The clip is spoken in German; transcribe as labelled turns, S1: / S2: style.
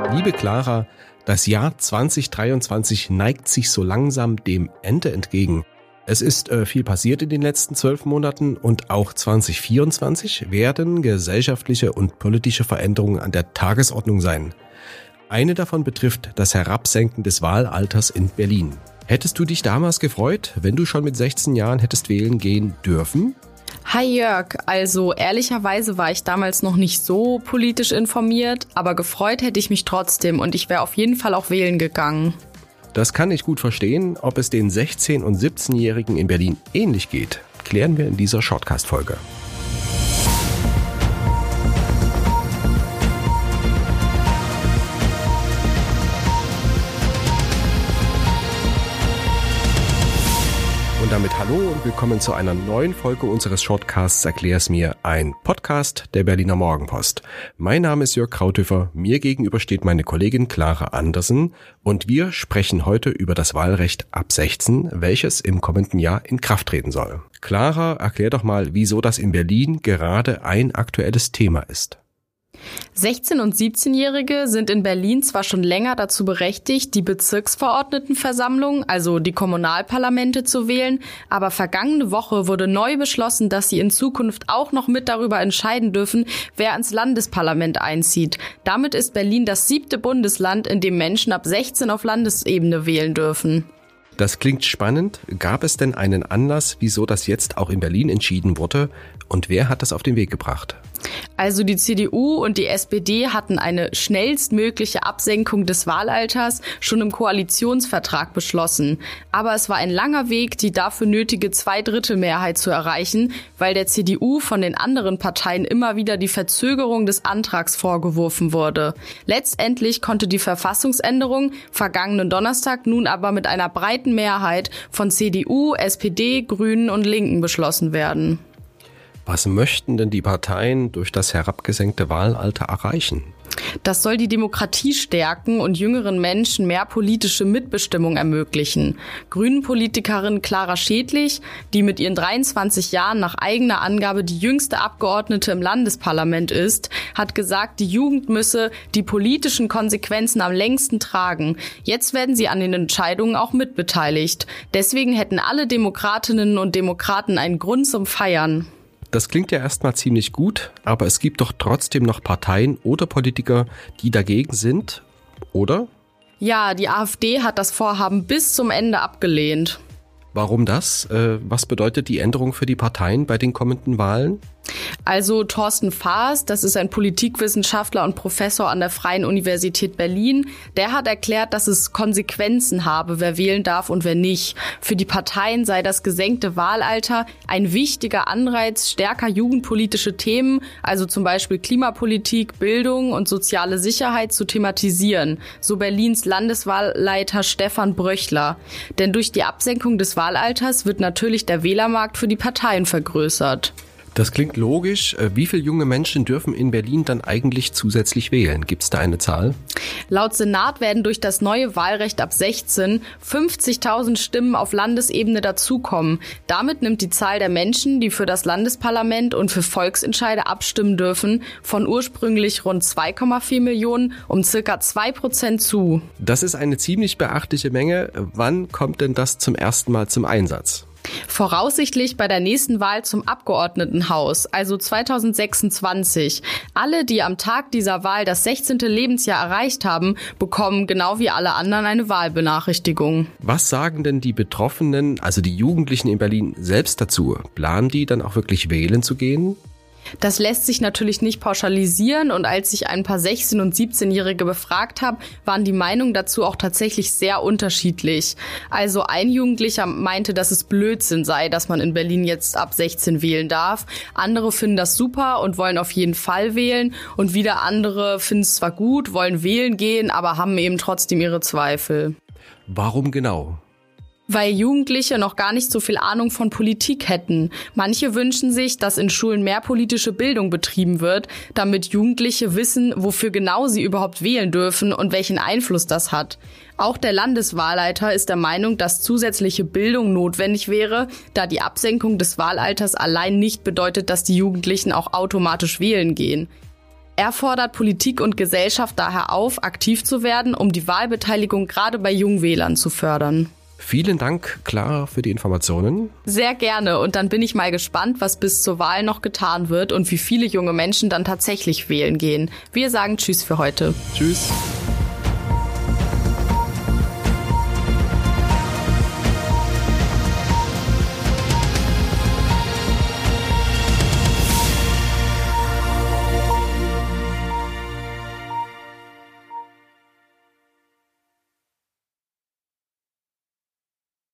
S1: Liebe Clara, das Jahr 2023 neigt sich so langsam dem Ende entgegen. Es ist viel passiert in den letzten 12 Monaten und auch 2024 werden gesellschaftliche und politische Veränderungen an der Tagesordnung sein. Eine davon betrifft das Herabsenken des Wahlalters in Berlin. Hättest du dich damals gefreut, wenn du schon mit 16 Jahren hättest wählen gehen dürfen?
S2: Hi Jörg, also ehrlicherweise war ich damals noch nicht so politisch informiert, aber gefreut hätte ich mich trotzdem und ich wäre auf jeden Fall auch wählen gegangen.
S1: Das kann ich gut verstehen. Ob es den 16- und 17-Jährigen in Berlin ähnlich geht, klären wir in dieser Shortcast-Folge. Und damit hallo und willkommen zu einer neuen Folge unseres Shortcasts Erklär's mir, ein Podcast der Berliner Morgenpost. Mein Name ist Jörg Krauthöfer, mir gegenüber steht meine Kollegin Clara Andersen und wir sprechen heute über das Wahlrecht ab 16, welches im kommenden Jahr in Kraft treten soll. Clara, erklär doch mal, wieso das in Berlin gerade ein aktuelles Thema ist.
S2: 16- und 17-Jährige sind in Berlin zwar schon länger dazu berechtigt, die Bezirksverordnetenversammlung, also die Kommunalparlamente zu wählen, aber vergangene Woche wurde neu beschlossen, dass sie in Zukunft auch noch mit darüber entscheiden dürfen, wer ins Landesparlament einzieht. Damit ist Berlin das 7. Bundesland, in dem Menschen ab 16 auf Landesebene wählen dürfen.
S1: Das klingt spannend. Gab es denn einen Anlass, wieso das jetzt auch in Berlin entschieden wurde? Und wer hat das auf den Weg gebracht?
S2: Also die CDU und die SPD hatten eine schnellstmögliche Absenkung des Wahlalters schon im Koalitionsvertrag beschlossen. Aber es war ein langer Weg, die dafür nötige Zweidrittelmehrheit zu erreichen, weil der CDU von den anderen Parteien immer wieder die Verzögerung des Antrags vorgeworfen wurde. Letztendlich konnte die Verfassungsänderung vergangenen Donnerstag nun aber mit einer breiten Mehrheit von CDU, SPD, Grünen und Linken beschlossen werden.
S1: Was möchten denn die Parteien durch das herabgesenkte Wahlalter erreichen?
S2: Das soll die Demokratie stärken und jüngeren Menschen mehr politische Mitbestimmung ermöglichen. Grünen-Politikerin Clara Schädlich, die mit ihren 23 Jahren nach eigener Angabe die jüngste Abgeordnete im Landesparlament ist, hat gesagt, die Jugend müsse die politischen Konsequenzen am längsten tragen. Jetzt werden sie an den Entscheidungen auch mitbeteiligt. Deswegen hätten alle Demokratinnen und Demokraten einen Grund zum Feiern.
S1: Das klingt ja erstmal ziemlich gut, aber es gibt doch trotzdem noch Parteien oder Politiker, die dagegen sind, oder?
S2: Ja, die AfD hat das Vorhaben bis zum Ende abgelehnt.
S1: Warum das? Was bedeutet die Änderung für die Parteien bei den kommenden Wahlen?
S2: Also Thorsten Faas, das ist ein Politikwissenschaftler und Professor an der Freien Universität Berlin, der hat erklärt, dass es Konsequenzen habe, wer wählen darf und wer nicht. Für die Parteien sei das gesenkte Wahlalter ein wichtiger Anreiz, stärker jugendpolitische Themen, also zum Beispiel Klimapolitik, Bildung und soziale Sicherheit zu thematisieren, so Berlins Landeswahlleiter Stefan Bröchler. Denn durch die Absenkung des Wahlalters wird natürlich der Wählermarkt für die Parteien vergrößert.
S1: Das klingt logisch. Wie viele junge Menschen dürfen in Berlin dann eigentlich zusätzlich wählen? Gibt es da eine Zahl?
S2: Laut Senat werden durch das neue Wahlrecht ab 16 50.000 Stimmen auf Landesebene dazukommen. Damit nimmt die Zahl der Menschen, die für das Landesparlament und für Volksentscheide abstimmen dürfen, von ursprünglich rund 2,4 Millionen um circa 2% zu.
S1: Das ist eine ziemlich beachtliche Menge. Wann kommt denn das zum ersten Mal zum Einsatz?
S2: Voraussichtlich bei der nächsten Wahl zum Abgeordnetenhaus, also 2026. Alle, die am Tag dieser Wahl das 16. Lebensjahr erreicht haben, bekommen genau wie alle anderen eine Wahlbenachrichtigung.
S1: Was sagen denn die Betroffenen, also die Jugendlichen in Berlin selbst dazu? Planen die dann auch wirklich wählen zu gehen?
S2: Das lässt sich natürlich nicht pauschalisieren und als ich ein paar 16- und 17-Jährige befragt habe, waren die Meinungen dazu auch tatsächlich sehr unterschiedlich. Also ein Jugendlicher meinte, dass es Blödsinn sei, dass man in Berlin jetzt ab 16 wählen darf. Andere finden das super und wollen auf jeden Fall wählen und wieder andere finden es zwar gut, wollen wählen gehen, aber haben eben trotzdem ihre Zweifel.
S1: Warum genau?
S2: Weil Jugendliche noch gar nicht so viel Ahnung von Politik hätten. Manche wünschen sich, dass in Schulen mehr politische Bildung betrieben wird, damit Jugendliche wissen, wofür genau sie überhaupt wählen dürfen und welchen Einfluss das hat. Auch der Landeswahlleiter ist der Meinung, dass zusätzliche Bildung notwendig wäre, da die Absenkung des Wahlalters allein nicht bedeutet, dass die Jugendlichen auch automatisch wählen gehen. Er fordert Politik und Gesellschaft daher auf, aktiv zu werden, um die Wahlbeteiligung gerade bei Jungwählern zu fördern.
S1: Vielen Dank, Clara, für die Informationen.
S2: Sehr gerne. Und dann bin ich mal gespannt, was bis zur Wahl noch getan wird und wie viele junge Menschen dann tatsächlich wählen gehen. Wir sagen Tschüss für heute.
S1: Tschüss.